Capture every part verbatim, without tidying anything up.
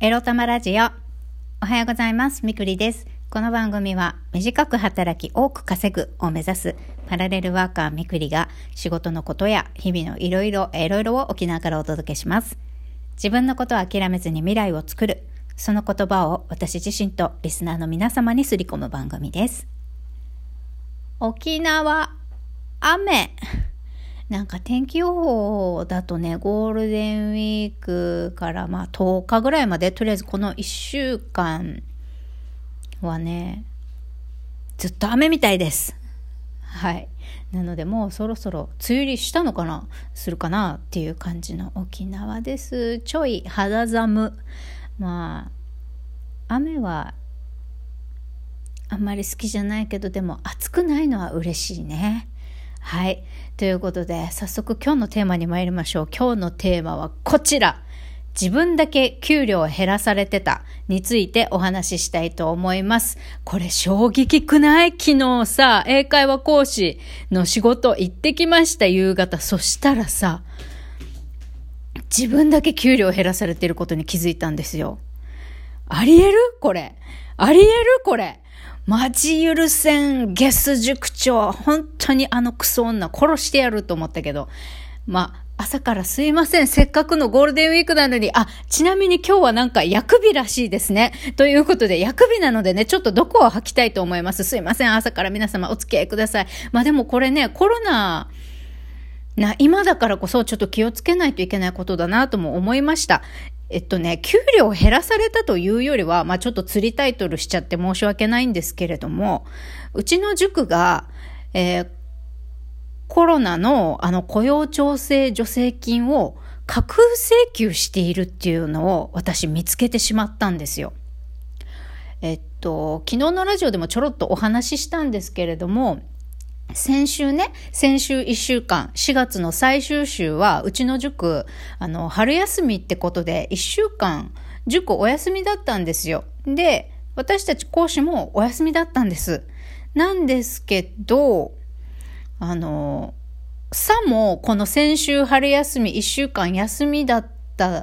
エロ玉ラジオ。おはようございます。みくりです。この番組は短く働き多く稼ぐを目指すパラレルワーカーみくりが仕事のことや日々のいろいろいろいろを沖縄からお届けします。自分のことを諦めずに未来を作る、その言葉を私自身とリスナーの皆様にすり込む番組です。沖縄雨。なんか天気予報だとね、ゴールデンウィークからまあとおかぐらいまで、とりあえずこのいっしゅうかんはね、ずっと雨みたいです。はい。なのでもうそろそろ梅雨入りしたのかなするかなっていう感じの沖縄です。ちょい肌寒。まあ、雨はあんまり好きじゃないけど、でも暑くないのは嬉しいね。はい。ということで、早速今日のテーマに参りましょう。今日のテーマはこちら。自分だけ給料を減らされてたについてお話ししたいと思います。これ衝撃くない？昨日さ、英会話講師の仕事行ってきました、夕方。そしたらさ、自分だけ給料を減らされていることに気づいたんですよ。ありえる？これ。ありえる？これ。マジ許せん、ゲス塾長。本当にあのクソ女殺してやると思ったけど。まあ、朝からすいません。せっかくのゴールデンウィークなのに、あ、ちなみに今日はなんか薬日らしいですね。ということで、薬日なのでね、ちょっと毒を吐きたいと思います。すいません。朝から皆様お付き合いください。まあでもこれね、コロナ、な、今だからこそちょっと気をつけないといけないことだなとも思いました。えっとね、給料を減らされたというよりは、まあちょっと釣りタイトルしちゃって申し訳ないんですけれども、うちの塾が、えー、コロナのあの雇用調整助成金を架空請求しているっていうのを私見つけてしまったんですよ。えっと、昨日のラジオでもちょろっとお話ししたんですけれども、先週ね、先週いっしゅうかん、しがつの最終週は、うちの塾、あの、春休みってことで、いっしゅうかん、塾お休みだったんですよ。で、私たち講師もお休みだったんです。なんですけど、あの、さも、この先週春休みいっしゅうかん休みだった、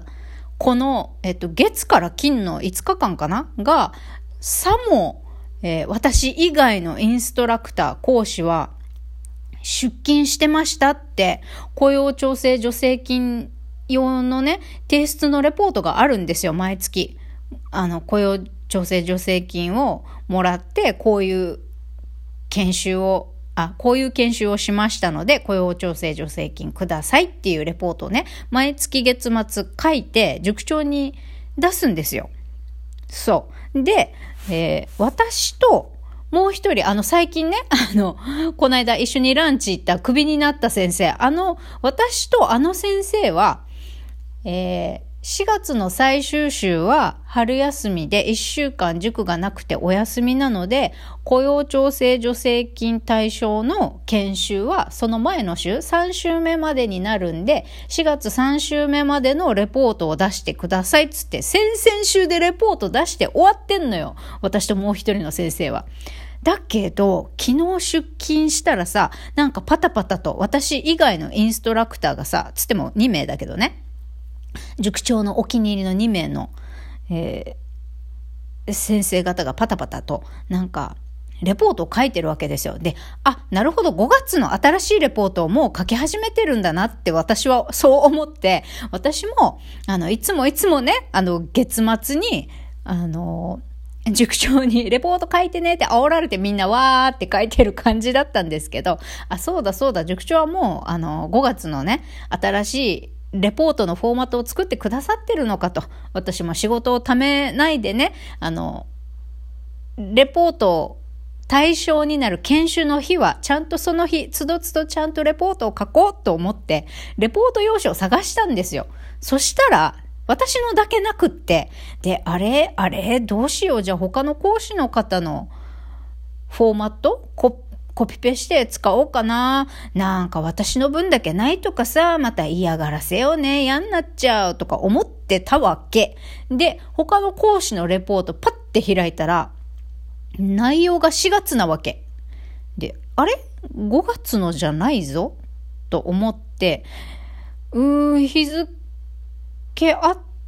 この、えっと、月から金のいつかかんかなが、さも、えー、私以外のインストラクター、講師は、出勤してましたって雇用調整助成金用のね提出のレポートがあるんですよ。毎月あの雇用調整助成金をもらってこういう研修をあこういう研修をしましたので雇用調整助成金くださいっていうレポートをね毎月月末書いて塾長に出すんですよ。そうで、えー、私ともう一人、あの、最近ね、あの、この間一緒にランチ行ったクビになった先生、あの、私とあの先生は、えー、しがつの最終週は春休みでいっしゅうかん塾がなくてお休みなので、雇用調整助成金対象の研修はその前の週、さん週目までになるんで、しがつさん週目までのレポートを出してくださいっつって、先々週でレポート出して終わってんのよ。私ともう一人の先生は。だけど、昨日出勤したらさ、なんかパタパタと私以外のインストラクターがさ、つってもに名だけどね、塾長のお気に入りのに名の、えー、先生方がパタパタとなんかレポートを書いてるわけですよ。で、あ、なるほど、ごがつの新しいレポートをもう書き始めてるんだなって私はそう思って、私もあのいつもいつもね、あの月末にあの塾長にレポート書いてねって煽られてみんなわーって書いてる感じだったんですけど、あ、そうだそうだ、塾長はもうあのごがつのね新しいレポートのフォーマットを作ってくださってるのかと。私も仕事をためないでね、あのレポート対象になる研修の日はちゃんとその日つどつどちゃんとレポートを書こうと思ってレポート用紙を探したんですよ。そしたら私のだけなくって、で、あれあれどうしよう、じゃあ他の講師の方のフォーマットココピペして使おうかな。なんか私の分だけないとかさ、また嫌がらせよね、嫌になっちゃうとか思ってたわけ。で、他の講師のレポートパッて開いたら、内容がしがつなわけ。で、あれ ?ご 月のじゃないぞと思って、うーん、日付合っ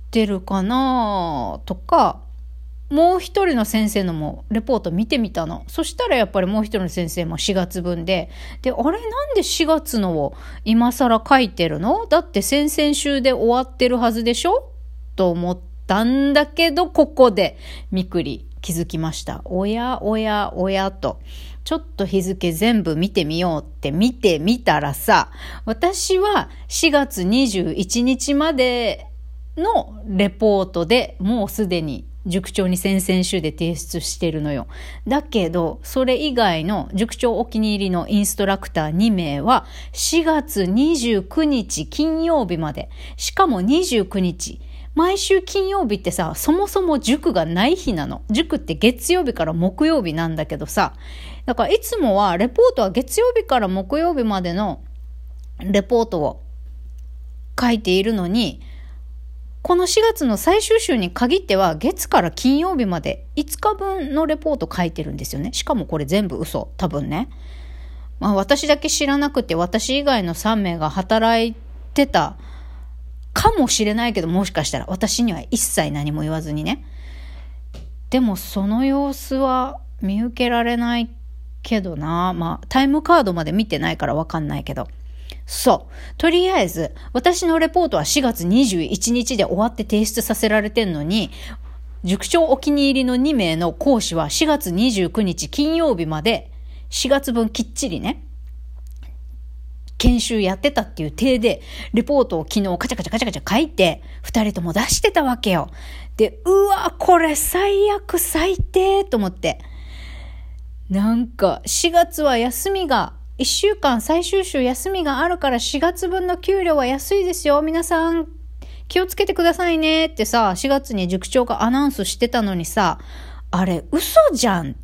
てるかなとか、もう一人の先生のもレポート見てみたの。そしたらやっぱりもう一人の先生もしがつぶんで、で、あれなんでしがつのを今更書いてるの？だって先々週で終わってるはずでしょと思ったんだけど、ここでみくり気づきました。おやおやおやと。ちょっと日付全部見てみようって見てみたらさ、私はしがつにじゅういちにちまでのレポートでもうすでに塾長に先々週で提出してるのよ。だけど、それ以外の塾長お気に入りのインストラクターにめいはしがつにじゅうくにち金曜日まで。しかもにじゅうくにち。毎週金曜日ってさ、そもそも塾がない日なの。塾って月曜日から木曜日なんだけどさ。だからいつもはレポートは月曜日から木曜日までのレポートを書いているのに、このしがつの最終週に限っては月から金曜日までいつかぶんのレポート書いてるんですよね。しかもこれ全部嘘。多分ね。まあ私だけ知らなくて、私以外のさんめいが働いてたかもしれないけど、もしかしたら私には一切何も言わずにね。でもその様子は見受けられないけどな。まあタイムカードまで見てないからわかんないけど。そう。とりあえず、私のレポートはしがつにじゅういちにちで終わって提出させられてんのに、塾長お気に入りのにめいの講師はしがつにじゅうくにち金曜日までしがつぶんきっちりね、研修やってたっていう体で、レポートを昨日カチャカチャカチャカチャ書いて、二人とも出してたわけよ。で、うわ、これ最悪最低と思って。なんか、しがつは休みが、いっしゅうかん最終週休みがあるからしがつぶんの給料は安いですよ。皆さん気をつけてくださいねってさ、しがつに塾長がアナウンスしてたのにさ、あれ嘘じゃんって。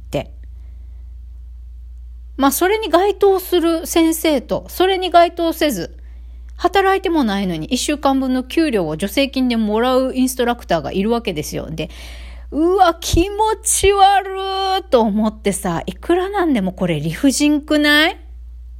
まあそれに該当する先生と、それに該当せず、働いてもないのにいっしゅうかんぶんの給料を助成金でもらうインストラクターがいるわけですよ。で、うわ、気持ち悪ーと思ってさ、いくらなんでもこれ理不尽くない？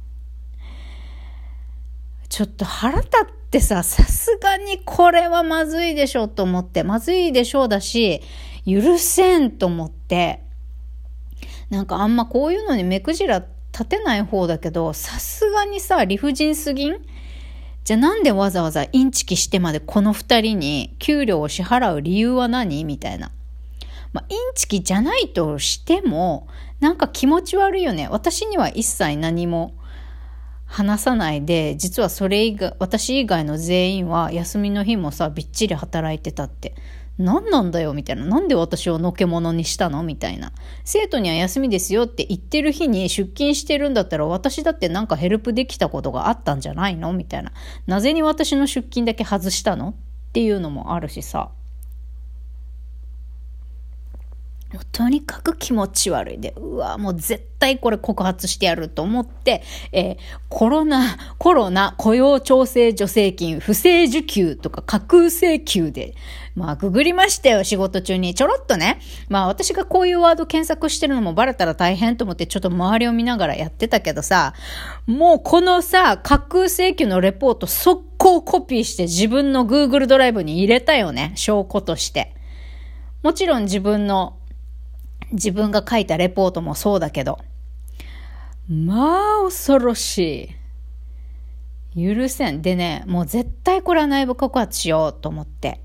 ちょっと腹立ってさ、さすがにこれはまずいでしょと思って、まずいでしょうだし、許せんと思って、なんかあんまこういうのに目くじら立てない方だけど、さすがにさ、理不尽すぎん？じゃあなんでわざわざインチキしてまでこの二人に給料を支払う理由は何？みたいな。まあ、インチキじゃないとしても、なんか気持ち悪いよね。私には一切何も話さないで、実はそれ以外、私以外の全員は休みの日もさ、びっちり働いてたって。何なんだよみたいな。なんで私をのけ者にしたのみたいな。生徒には休みですよって言ってる日に出勤してるんだったら、私だってなんかヘルプできたことがあったんじゃないのみたいな。なぜに私の出勤だけ外したのっていうのもあるしさ。もうとにかく気持ち悪いで、うわ、もう絶対これ告発してやると思って、えー、コロナ、コロナ雇用調整助成金不正受給とか架空請求で、まあググりましたよ、仕事中にちょろっとね。まあ私がこういうワード検索してるのもバレたら大変と思ってちょっと周りを見ながらやってたけどさ、もうこのさ、架空請求のレポート速攻コピーして自分の Google ドライブに入れたよね、証拠として。もちろん自分の自分が書いたレポートもそうだけど、まあ恐ろしい。許せん。でね、もう絶対これは内部告発しようと思って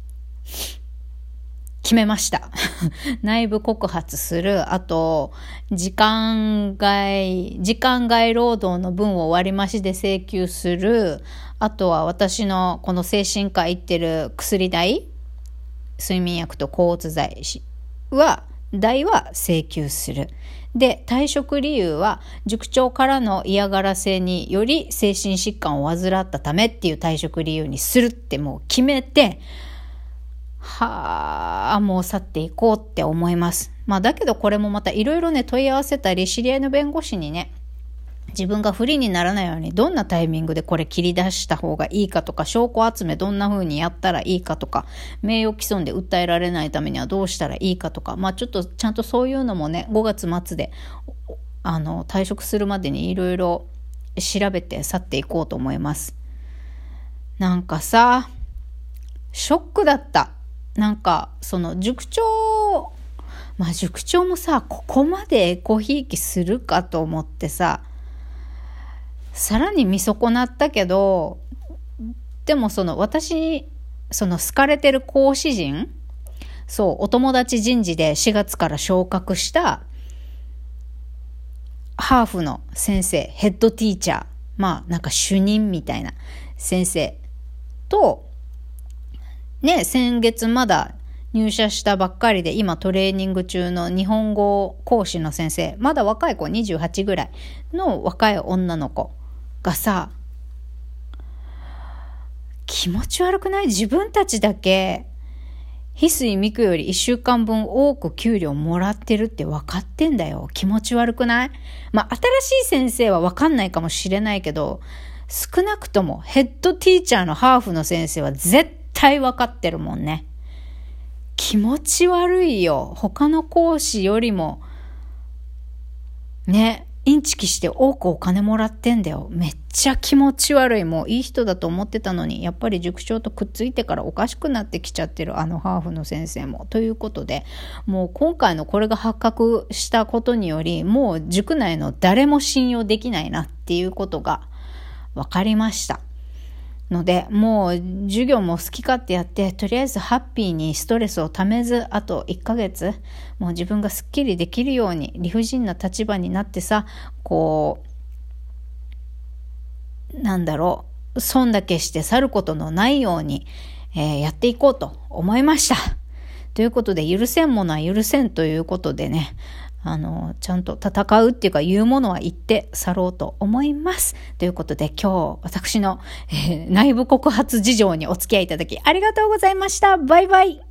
決めました内部告発する。あと時間外時間外労働の分を割り増しで請求する。あとは私のこの精神科行ってる薬代、睡眠薬と抗うつ剤は代は請求する。で、退職理由は塾長からの嫌がらせにより精神疾患を患ったためっていう退職理由にするってもう決めて、はあ、もう去っていこうって思います。まあだけどこれもまたいろいろね問い合わせたり、知り合いの弁護士にね、自分が不利にならないようにどんなタイミングでこれ切り出した方がいいかとか、証拠集めどんな風にやったらいいかとか、名誉毀損で訴えられないためにはどうしたらいいかとか、まあちょっとちゃんとそういうのもね、ごがつ末であの退職するまでにいろいろ調べて去っていこうと思います。なんかさ、 ショックだった。なんかその塾長、まあ塾長もさ、ここまでエコひいきするかと思ってさ、さらに見損なったけど、でもその私、その好かれてる講師陣、そう、お友達人事でしがつから昇格したハーフの先生、ヘッドティーチャー、まあなんか主任みたいな先生と、ね、先月まだ入社したばっかりで今トレーニング中の日本語講師の先生、まだ若い子にじゅうはちぐらいの若い女の子がさ、気持ち悪くない？自分たちだけ翡翠美久よりいっしゅうかんぶん多く給料もらってるって分かってんだよ。気持ち悪くない？まあ新しい先生は分かんないかもしれないけど、少なくともヘッドティーチャーのハーフの先生は絶対分かってるもんね。気持ち悪いよ。他の講師よりもね、インチキして多くお金もらってんだよ。めっちゃ気持ち悪い。もういい人だと思ってたのに、やっぱり塾長とくっついてからおかしくなってきちゃってる、あのハーフの先生も。ということで、もう今回のこれが発覚したことにより、もう塾内の誰も信用できないなっていうことが分かりましたので、もう授業も好き勝手やって、とりあえずハッピーにストレスをためず、あといっかげつもう自分がスッキリできるように理不尽な立場になってさ、こうなんだろう、損だけして去ることのないように、えー、やっていこうと思いました。ということで、許せんものは許せんということでね、あのちゃんと戦うっていうか言うものは言って去ろうと思います。ということで、今日私の、えー、内部告発事情にお付き合いいただきありがとうございました。バイバイ。